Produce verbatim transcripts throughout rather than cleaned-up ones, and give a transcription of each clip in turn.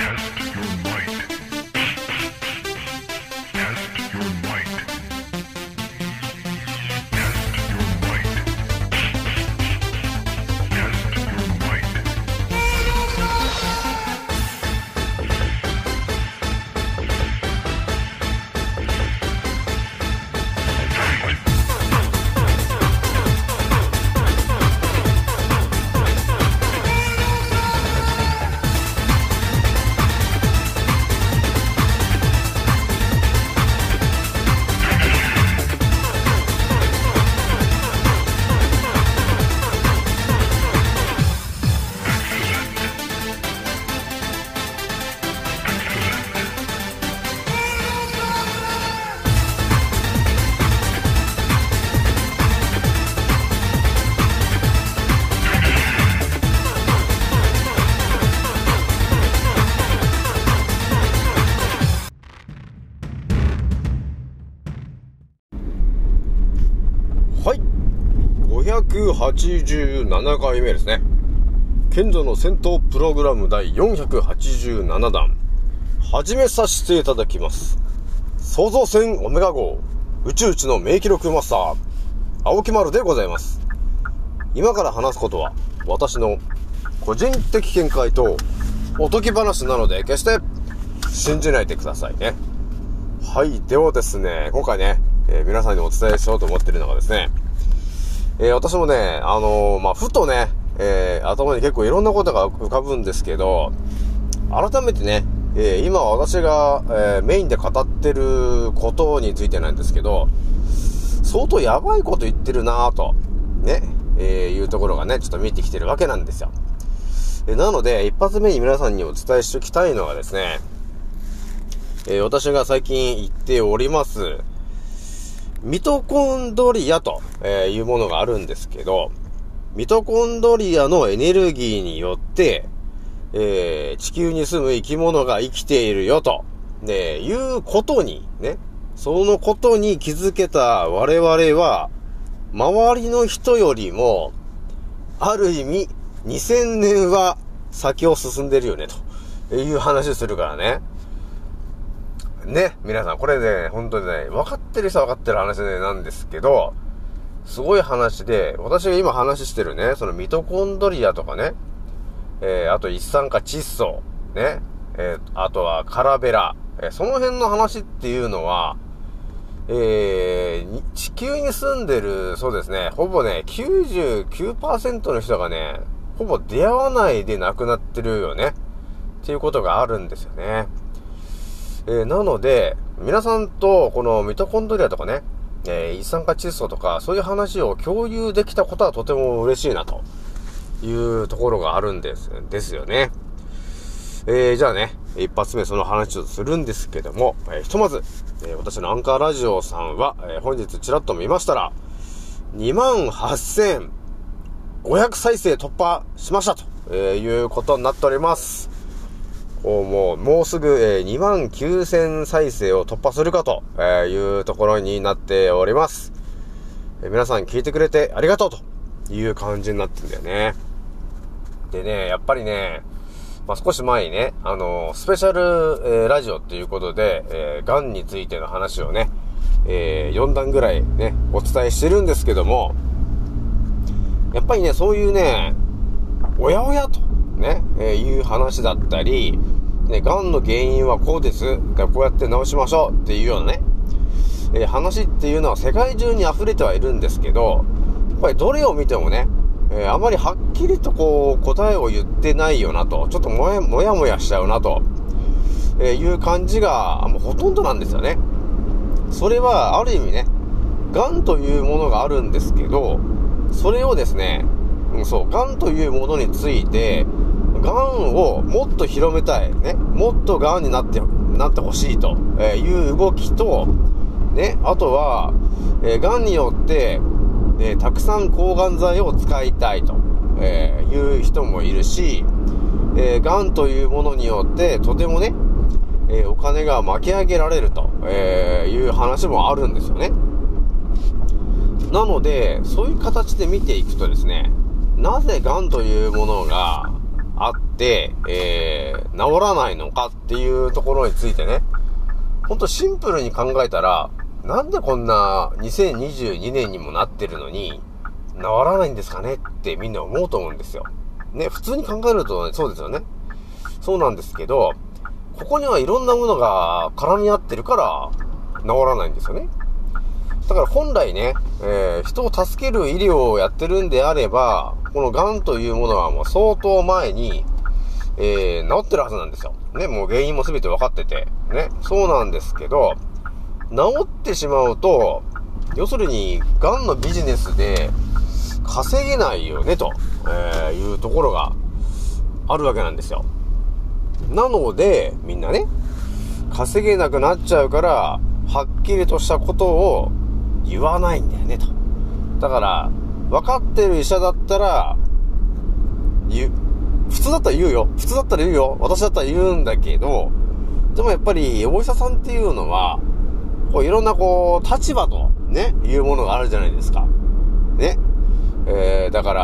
ごひゃくはちじゅうななかいめですね。賢者の戦闘プログラム第よんひゃくはちじゅうななだん始めさせていただきます。創造船オメガ号宇宙一の名記録マスター青木丸でございます。今から話すことは私の個人的見解とおとぎ話なので決して信じないでくださいね。はい、ではですね、今回ね、えー、皆さんにお伝えしようと思っているのがですね、えー、私もね、あのー、まあ、ふとね、えー、頭に結構いろんなことが浮かぶんですけど、改めてね、えー、今私が、えー、メインで語ってることについてなんですけど、相当やばいこと言ってるなぁと、ね、えー、いうところがね、ちょっと見えてきてるわけなんですよ。えー、なので、一発目に皆さんにお伝えしておきたいのがですね、えー、私が最近言っております、ミトコンドリアというものがあるんですけど、ミトコンドリアのエネルギーによって、えー、地球に住む生き物が生きているよと、ね、いうことにね、そのことに気づけた我々は、周りの人よりも、ある意味、にせんねんは先を進んでるよね、という話するからね。ね、皆さん、これね、本当にね、分かってる人は分かってる話でなんですけど、すごい話で、私が今話してるね、そのミトコンドリアとかね、えー、あと一酸化窒素、ね、えー、あとはカラベラ、えー、その辺の話っていうのは、えー、地球に住んでる、そうですね、ほぼね、きゅうじゅうきゅうパーセント の人がね、ほぼ出会わないで亡くなってるよね、っていうことがあるんですよね。えー、なので、皆さんとこのミトコンドリアとかね、えー、一酸化窒素とか、そういう話を共有できたことはとても嬉しいな、というところがあるんです、ですよね。えー、じゃあね、一発目その話をするんですけども、えー、ひとまず、えー、私のアンカーラジオさんは、えー、本日ちらっと見ましたら、にまんはっせんごひゃくさいせい突破しましたと、えー、いうことになっております。もう、もうすぐ、えー、にまんきゅうせんさいせいを突破するかと、えー、いうところになっております。えー、皆さん聞いてくれてありがとうという感じになってるんだよね。でね、やっぱりね、まあ、少し前にね、あのー、スペシャル、えー、ラジオっていうことで、えー、癌についての話をね、えー、よんだんぐらいね、お伝えしてるんですけども、やっぱりね、そういうね、おやおやと、ね、えー、いう話だったり、ね、癌の原因はこうです。こうやって治しましょうっていうようなね、えー、話っていうのは世界中に溢れてはいるんですけど、やっぱりどれを見てもね、えー、あまりはっきりとこう答えを言ってないよなと、ちょっともやもやもやしちゃうなと、えー、いう感じがもうほとんどなんですよね。それはある意味ね、癌というものがあるんですけど、それをですね、うん、そう、癌というものについて、癌をもっと広めたい、ね、もっと癌になって、なってほしいという動きと、ね、あとは、えー、癌によって、えー、たくさん抗がん剤を使いたいと、えー、いう人もいるし、えー、癌というものによって、とてもね、えー、お金が巻き上げられると、えー、いう話もあるんですよね。なので、そういう形で見ていくとですね、なぜ癌というものがあって、えー、治らないのかっていうところについてね、ほんとシンプルに考えたら、なんでこんなにせんにじゅうにねんにもなってるのに、治らないんですかねってみんな思うと思うんですよ。ね、普通に考えるとね、そうですよね。そうなんですけど、ここにはいろんなものが絡み合ってるから治らないんですよね。だから本来ね、えー、人を助ける医療をやってるんであれば、この癌というものはもう相当前に、えー、治ってるはずなんですよ。ね、もう原因も全て分かってて。ね、そうなんですけど、治ってしまうと、要するに癌のビジネスで稼げないよね、と、えー、いうところがあるわけなんですよ。なので、みんなね、稼げなくなっちゃうから、はっきりとしたことを言わないんだよね、と。だから、分かってる医者だったら、言う。普通だったら言うよ。普通だったら言うよ。私だったら言うんだけど、でもやっぱり、お医者さんっていうのは、こういろんなこう、立場と、ね、いうものがあるじゃないですか。ね。えー、だから、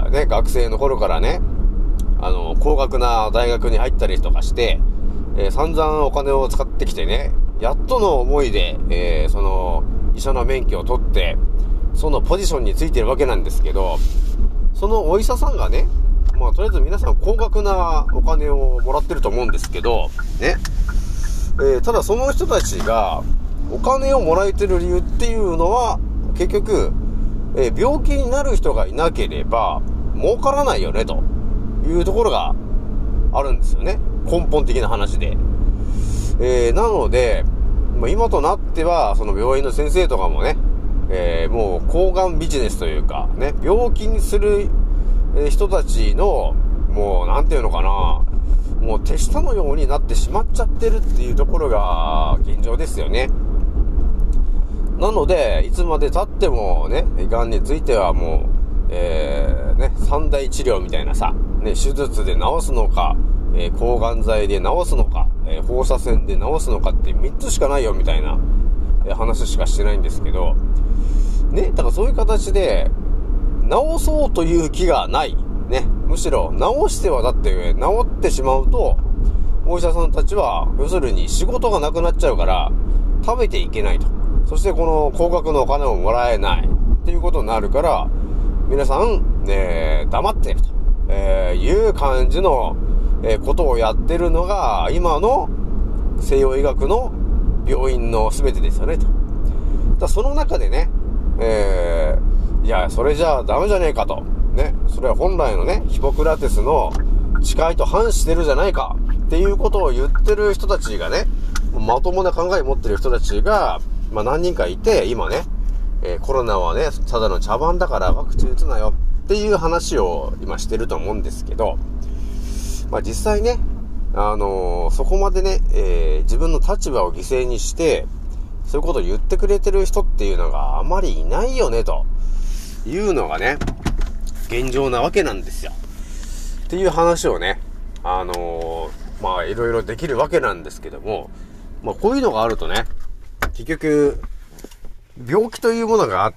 ね、学生の頃からね、あの、高額な大学に入ったりとかして、えー、散々お金を使ってきてね、やっとの思いで、えー、その、医者の免許を取って、そのポジションについてるわけなんですけど、そのお医者さんがね、まあ、とりあえず皆さん高額なお金をもらってると思うんですけど、ね、えー、ただその人たちが、お金をもらえてる理由っていうのは、結局、えー、病気になる人がいなければ、儲からないよね、というところがあるんですよね。根本的な話で。えー、なので、まあ、今となっては、その病院の先生とかもね、えー、もう抗がんビジネスというか、ね、病気にする人たちの、もう、なんていうのかな、もう手下のようになってしまっちゃってるっていうところが現状ですよね。なので、いつまで経ってもね、癌についてはもう、えー、ね、三大治療みたいなさ、ね、手術で治すのか、えー、抗がん剤で治すのか、えー、放射線で治すのかってみっつしかないよみたいな、えー、話しかしてないんですけど、ね、だからそういう形で、治そうという気がない。ね、むしろ治してはだって治ってしまうと、お医者さんたちは、要するに仕事がなくなっちゃうから、食べていけないと。そしてこの高額のお金をもらえないっていうことになるから、皆さん、ね、黙っていると、えー、いう感じの、えー、ことをやってるのが、今の西洋医学の病院の全てですよね、と。だその中でね、えー、いや、それじゃあダメじゃねえかと。ね、それは本来のね、ヒポクラテスの誓いと反してるじゃないかっていうことを言ってる人たちがね、まともな考えを持ってる人たちが、まあ何人かいて、今ね、えー、コロナはね、ただの茶番だからワクチン打つなよっていう話を今してると思うんですけど、まあ実際ね、あのー、そこまでね、えー、自分の立場を犠牲にして、そういうことを言ってくれてる人っていうのがあまりいないよね、というのがね、現状なわけなんですよ。っていう話をね、あのー、まあいろいろできるわけなんですけども、まあこういうのがあるとね、結局、病気というものがあって、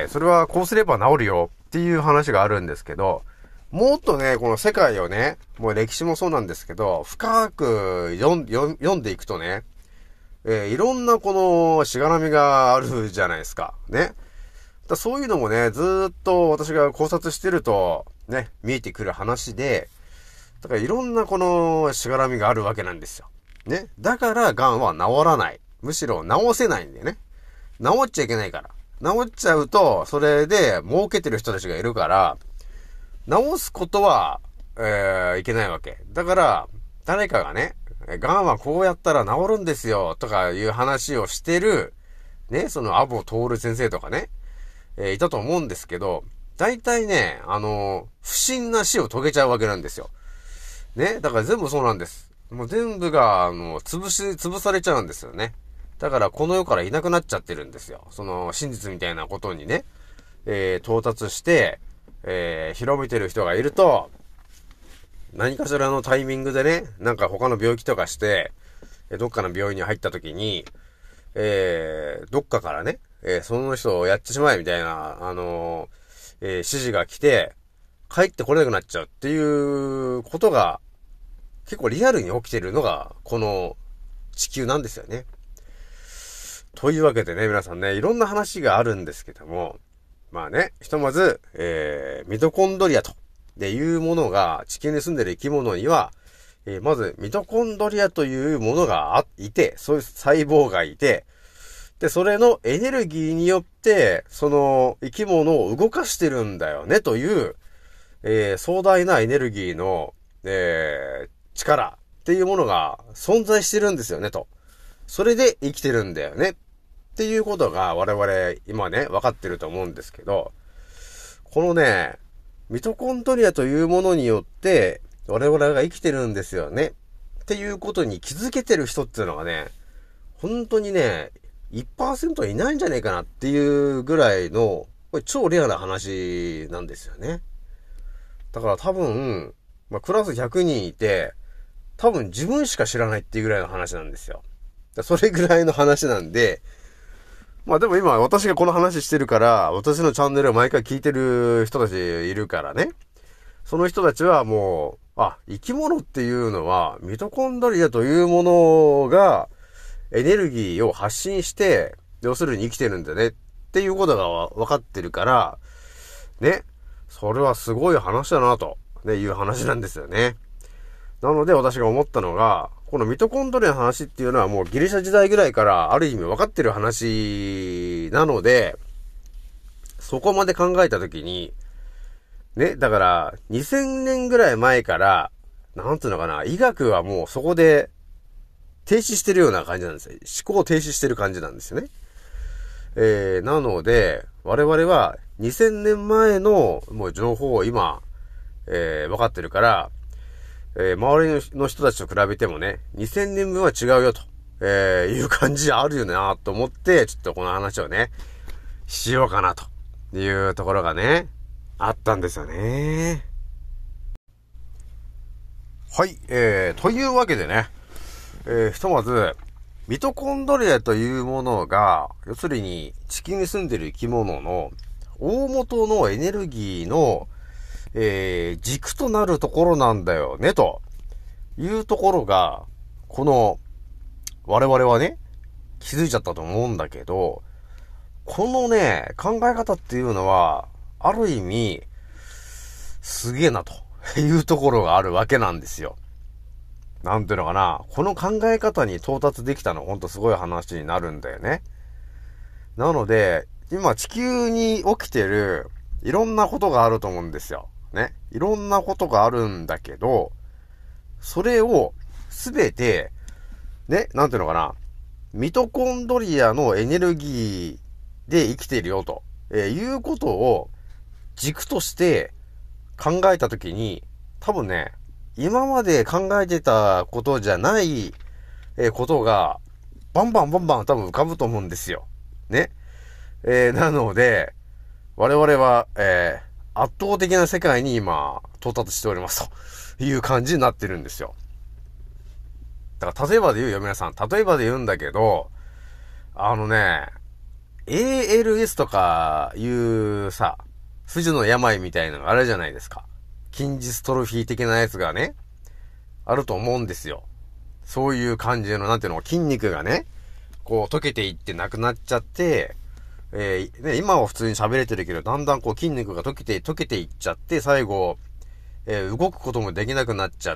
それはこうすれば治るよっていう話があるんですけど、もっとね、この世界をね、もう歴史もそうなんですけど、深く読ん、読んでいくとね、えー、いろんなこのしがらみがあるじゃないですか。ね。だそういうのもね、ずーっと私が考察してると、ね、見えてくる話で、だからいろんなこのしがらみがあるわけなんですよ。ね。だから、癌は治らない。むしろ治せないんだよね。治っちゃいけないから。治っちゃうと、それで儲けてる人たちがいるから、治すことは、えー、いけないわけ。だから、誰かがね、癌はこうやったら治るんですよ、とかいう話をしてる、ね、そのアボトール先生とかね、えー、いたと思うんですけど、大体ね、あのー、不審な死を遂げちゃうわけなんですよ。ね、だから全部そうなんです。もう全部が、あの、潰し、潰されちゃうんですよね。だからこの世からいなくなっちゃってるんですよ。その真実みたいなことにね、えー、到達して、えー、広めてる人がいると、何かしらのタイミングでね、なんか他の病気とかして、どっかの病院に入った時に、えー、どっかからね、えー、その人をやってしまえみたいな、あのー、えー、指示が来て、 帰ってこれなくなっちゃうっていうことが結構リアルに起きてるのがこの地球なんですよね。というわけでね、皆さんね、いろんな話があるんですけども、まあね、ひとまず、えー、ミトコンドリアというものが地球に住んでる生き物には、えー、まずミトコンドリアというものがあいて、そういう細胞がいて、で、それのエネルギーによって、その生き物を動かしてるんだよねという、えー、壮大なエネルギーの、えー、力っていうものが存在してるんですよねと。それで生きてるんだよねっていうことが我々今ね、分かってると思うんですけど、このね、ミトコンドリアというものによって我々が生きてるんですよねっていうことに気づけてる人っていうのがね、本当にね、いちパーセント いないんじゃないかなっていうぐらいの、これ超レアな話なんですよね。だから多分、まあ、クラスひゃくにんいて、多分自分しか知らないっていうぐらいの話なんですよ。それぐらいの話なんで、まあでも今私がこの話してるから、私のチャンネルを毎回聞いてる人たちいるからね。その人たちはもう、あ、生き物っていうのは、ミトコンドリアというものが、エネルギーを発信して、要するに生きてるんだねっていうことが分かってるから、ね。それはすごい話だなと、ね、いう話なんですよね。なので私が思ったのが、このミトコンドリアの話っていうのはもうギリシャ時代ぐらいからある意味分かってる話なので、そこまで考えたときに、ね、だからにせんねんぐらい前から、なんていうのかな、医学はもうそこで停止してるような感じなんですよ。思考停止してる感じなんですよね。えー、なので、我々はにせんねんまえのもう情報を今、えー、分かってるから、えー、周りの人たちと比べてもね、にせんねんぶんは違うよと、えー、いう感じあるよなと思って、ちょっとこの話をね、しようかなというところがね、あったんですよね。はい、えー、というわけでね、えー、ひとまず、ミトコンドリアというものが、要するに地球に住んでいる生き物の大元のエネルギーの、えー、軸となるところなんだよね、というところが、この、我々はね、気づいちゃったと思うんだけど、このね、考え方っていうのは、ある意味、すげえなというところがあるわけなんですよ。なんていうのかな、この考え方に到達できたのはほんとすごい話になるんだよね。なので、今地球に起きてるいろんなことがあると思うんですよ。ね。いろんなことがあるんだけど、それをすべて、ね、なんていうのかな、ミトコンドリアのエネルギーで生きているよと、えー、いうことを軸として考えたときに、多分ね、今まで考えてたことじゃない、えー、ことが、バンバンバンバン多分浮かぶと思うんですよ。ね。えー、なので、我々は、えー、圧倒的な世界に今、到達しておりますという感じになってるんですよ。だから、例えばで言うよ、皆さん。例えばで言うんだけど、あのね、エーエルエス とかいうさ、不治の病みたいなのがあるじゃないですか。筋ジストロフィー的なやつがね、あると思うんですよ。そういう感じの、なんていうの、筋肉がね、こう溶けていってなくなっちゃって、えー、ね、今は普通に喋れてるけど、だんだんこう筋肉が溶けて、溶けていっちゃって、最後、えー、動くこともできなくなっちゃって、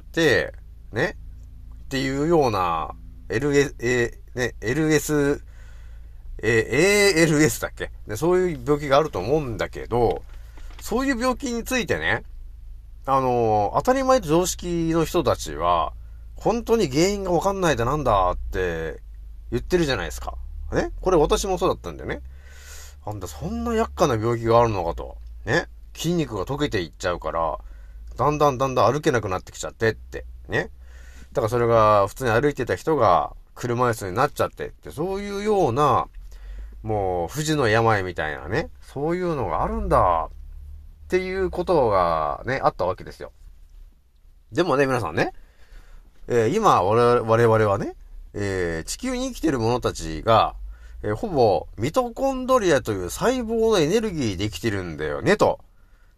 ね、っていうような、エルエス、えー、ね、エルエス、えー、エーエルエス だっけ、ね、そういう病気があると思うんだけど、そういう病気についてね、あのー、当たり前と常識の人たちは、本当に原因がわかんないでなんだって言ってるじゃないですか。ね、これ私もそうだったんだよね。あんたそんな厄介な病気があるのかと。ね。筋肉が溶けていっちゃうから、だんだんだんだん歩けなくなってきちゃってって。ね。だからそれが普通に歩いてた人が車椅子になっちゃってって、そういうような、もう不治の病みたいなね、そういうのがあるんだっていうことがね、あったわけですよ。でもね、皆さんね、えー、今我々、我々はね、えー、地球に生きてる者たちが、えー、ほぼミトコンドリアという細胞のエネルギーで生きてるんだよね、と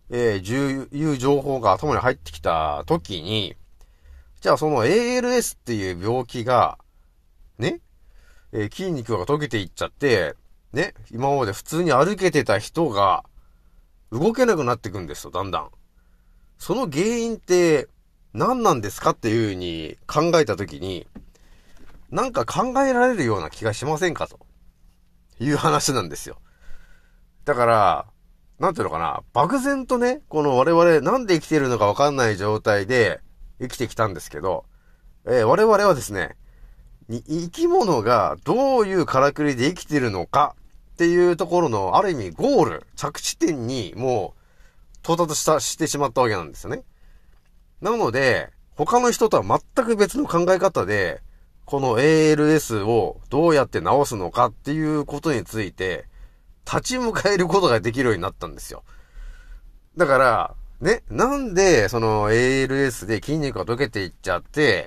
えー、いう情報が頭に入ってきた時に、じゃあその エーエルエス っていう病気が、ね、えー、筋肉が溶けていっちゃって、ね、今まで普通に歩けてた人が動けなくなっていくんですよ、だんだん。その原因って何なんですかっていう風に考えたときに、なんか考えられるような気がしませんかという話なんですよ。だから、なんていうのかな、漠然とね、この我々なんで生きているのかわかんない状態で生きてきたんですけど、えー、我々はですね、に生き物がどういうからくりで生きているのかっていうところのある意味ゴール、着地点にもう到達した、してしまったわけなんですよね。なので、他の人とは全く別の考え方で、この エーエルエス をどうやって治すのかっていうことについて、立ち向かえることができるようになったんですよ。だから、ね、なんでその エーエルエス で筋肉が溶けていっちゃって、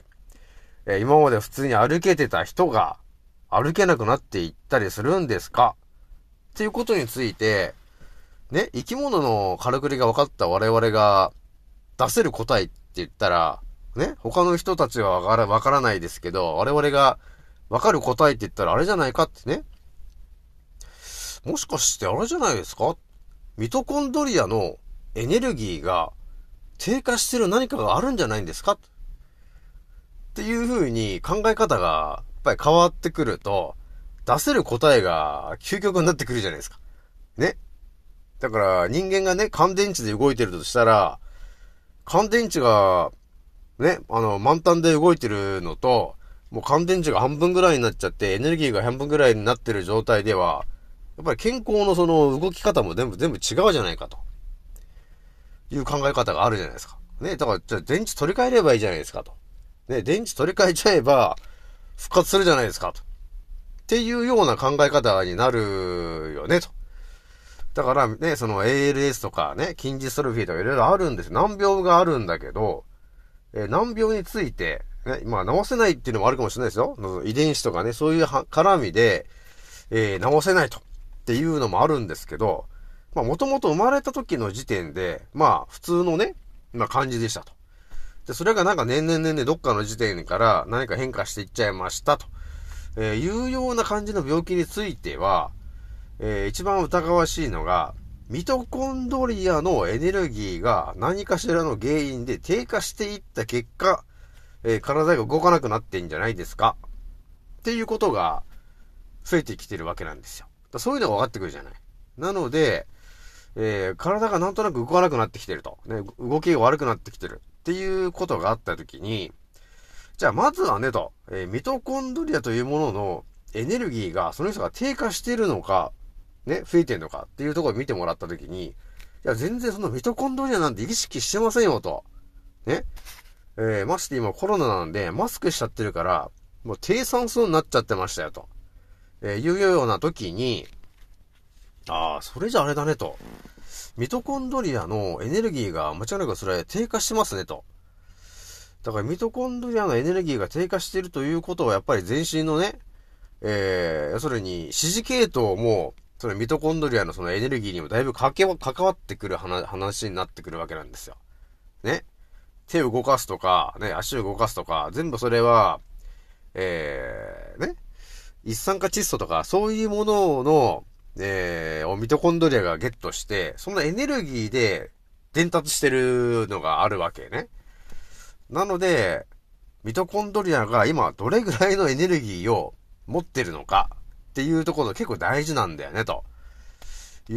えー、今まで普通に歩けてた人が歩けなくなっていったりするんですかっていうことについて、ね、生き物のからくりが分かった我々が出せる答えって言ったら、ね、他の人たちは分から、分からないですけど、我々が分かる答えって言ったらあれじゃないかってね。もしかしてあれじゃないですか？ミトコンドリアのエネルギーが低下してる何かがあるんじゃないんですか？っていう風に考え方がやっぱり変わってくると、出せる答えが究極になってくるじゃないですか。ね。だから人間がね、乾電池で動いてるとしたら、乾電池がね、あの、満タンで動いてるのと、もう乾電池が半分ぐらいになっちゃって、エネルギーが半分ぐらいになってる状態では、やっぱり健康のその動き方も全部全部違うじゃないかと。いう考え方があるじゃないですか。ね、だから、じゃあ電池取り替えればいいじゃないですかと。ね、電池取り替えちゃえば、復活するじゃないですかと。っていうような考え方になるよねと。だからね、その エーエルエス とかね、筋ジストロフィーとかいろいろあるんです。難病があるんだけど、えー、難病について、ね、まあ治せないっていうのもあるかもしれないですよ。遺伝子とかね、そういう絡みで、えー、治せないと。っていうのもあるんですけど、まあもともと生まれた時の時点で、まあ普通のね、まあ感じでしたと。で、それがなんか年々年々どっかの時点から何か変化していっちゃいましたと、えー、いうような感じの病気については、えー、一番疑わしいのが、ミトコンドリアのエネルギーが何かしらの原因で低下していった結果、えー、体が動かなくなってんじゃないですかっていうことが増えてきてるわけなんですよ。そういうのが分かってくるじゃない。なので、えー、体がなんとなく動かなくなってきてると。ね、動きが悪くなってきてるっていうことがあったときに、じゃあまずはねと、えー、ミトコンドリアというもののエネルギーがその人が低下しているのか、ね、増えてるのかっていうところを見てもらったときに、いや全然そのミトコンドリアなんて意識してませんよと。ね。えー、まして今コロナなんでマスクしちゃってるから、もう低酸素になっちゃってましたよと。えー、いうような時に、ああ、それじゃあれだねと。ミトコンドリアのエネルギーが間違いなくそれ低下してますねと。だからミトコンドリアのエネルギーが低下しているということはやっぱり全身のね、えー、要するに指示系統も、そのミトコンドリアのそのエネルギーにもだいぶかけ関わってくる話になってくるわけなんですよ。ね。手を動かすとか、ね、足を動かすとか、全部それは、えー、ね。一酸化窒素とか、そういうものの、えー、ミトコンドリアがゲットして、そのエネルギーで伝達してるのがあるわけね。なので、ミトコンドリアが今どれぐらいのエネルギーを持ってるのかっていうところが結構大事なんだよね、という、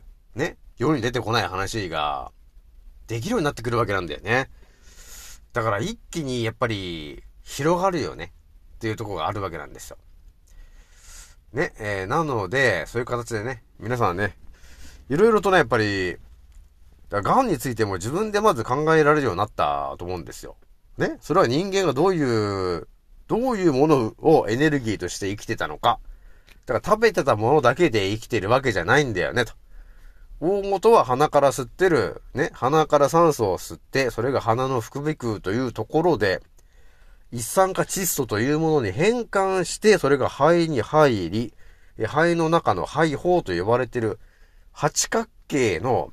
ね、世に出てこない話ができるようになってくるわけなんだよね。だから一気にやっぱり広がるよねっていうところがあるわけなんですよ。ね、えー、なので、そういう形でね、皆さんね、いろいろとね、やっぱり、癌についても自分でまず考えられるようになったと思うんですよ。ね、それは人間がどういう、どういうものをエネルギーとして生きてたのか。だから食べてたものだけで生きてるわけじゃないんだよね、と。大元は鼻から吸ってる、ね、鼻から酸素を吸って、それが鼻の副鼻腔というところで、一酸化窒素というものに変換して、それが肺に入り、肺の中の肺胞と呼ばれている八角形の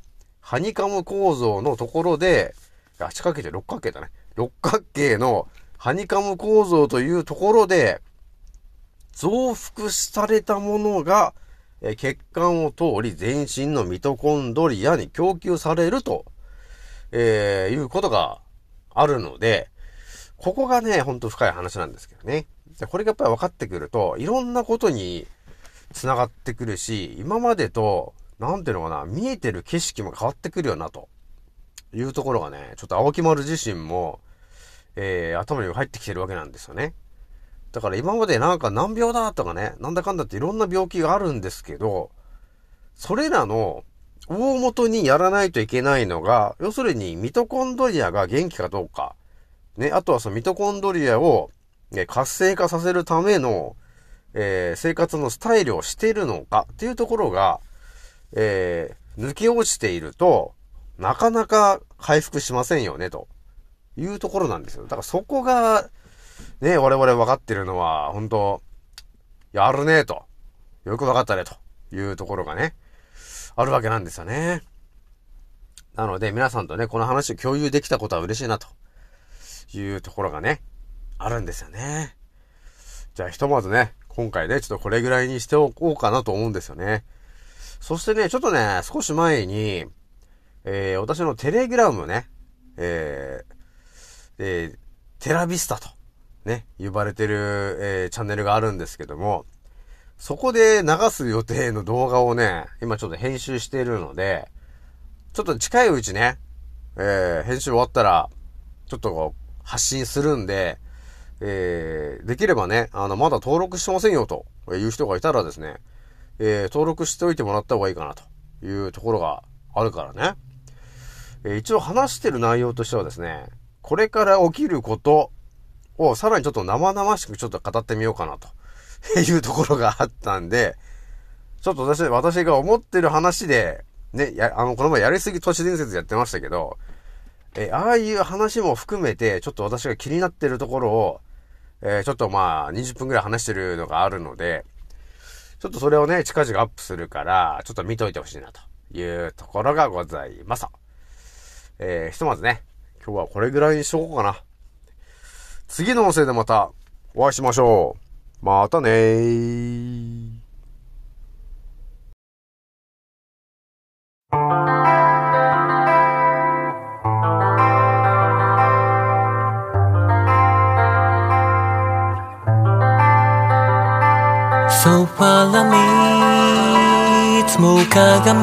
ハニカム構造のところで、あ、四角形じゃ六角形だね。六角形のハニカム構造というところで、増幅されたものが、え血管を通り全身のミトコンドリアに供給されると、えー、いうことがあるので、ここがね、ほんと深い話なんですけどね。でこれがやっぱり分かってくると、いろんなことに繋がってくるし、今までと、なんていうのかな、見えてる景色も変わってくるよな、というところがね、ちょっと青木丸自身も、えー、頭に入ってきてるわけなんですよね。だから今までなんか難病だとかね、なんだかんだっていろんな病気があるんですけど、それらの大元にやらないといけないのが、要するにミトコンドリアが元気かどうか、ね、あとはそのミトコンドリアを、ね、活性化させるための、えー、生活のスタイルをしているのかっていうところが、えー、抜け落ちていると、なかなか回復しませんよね、というところなんですよ。だからそこが、ね、我々分かってるのは、本当やるね、と。よく分かったね、というところがね、あるわけなんですよね。なので、皆さんとね、この話を共有できたことは嬉しいな、というところがね、あるんですよね。じゃあ、ひとまずね、今回ね、ちょっとこれぐらいにしておこうかなと思うんですよね。そしてね、ちょっとね、少し前に、えー、私のテレグラムね、えー、えー、テラビスタと、ね、呼ばれてる、えー、チャンネルがあるんですけども、そこで流す予定の動画をね、今ちょっと編集しているので、ちょっと近いうちね、えー、編集終わったら、ちょっとこう、発信するんで、えー、できればね、あの、まだ登録してませんよという人がいたらですね、えー、登録しておいてもらった方がいいかなというところがあるからね。えー、一応話してる内容としてはですね、これから起きることをさらにちょっと生々しくちょっと語ってみようかなというところがあったんで、ちょっと私、私が思ってる話で、ね、や、あの、この前やりすぎ都市伝説やってましたけど、えー、ああいう話も含めて、ちょっと私が気になってるところを、えー、ちょっとまあ、にじゅっぷんくらい話してるのがあるので、ちょっとそれをね、近々アップするから、ちょっと見といてほしいなというところがございます。えー、ひとまずね、今日はこれぐらいにしとこうかな。次の音声でまたお会いしましょう。またねー。 ソファーにいつも鏡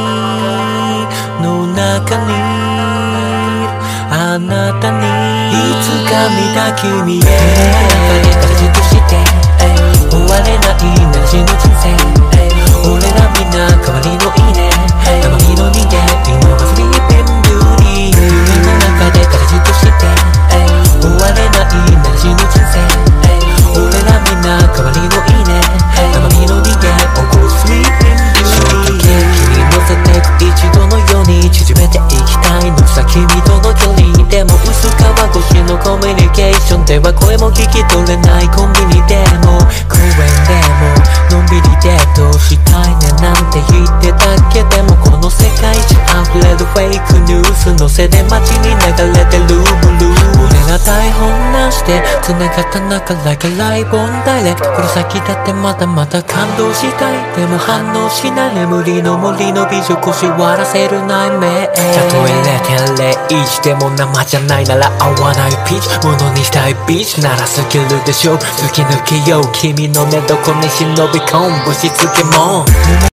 の中にあなたにいつか見た君へ形として終われないなしの人生俺らみんな代わりのいいねたまにの人間今はスリーピンビューティー夢の中で形として終われないなしの人生俺らみんな代わりのいいねたまにの人間起こるスリーピンビューティーショートケーキに乗せてく一度のように縮めていきたいのさ君との距離でも薄皮越しのコミュニケーションでは声も聞き取れないコンビニでも公園でものんびりデートしたいねなんて言ってたけでもこの世界中溢れるフェイクニュースのせで街に流れてるブルー俺ら台本なしで繋がった中 Like a live on direct この先だってまだまだ感動したいでも反応しない眠りの森の美女腰割らせる内面たとえ れいてんれいいち でも生じゃないなら合わないピーチものにしたいビーチならスキルでしょ突き抜けよう君の寝床に忍び込むぶしつけも胸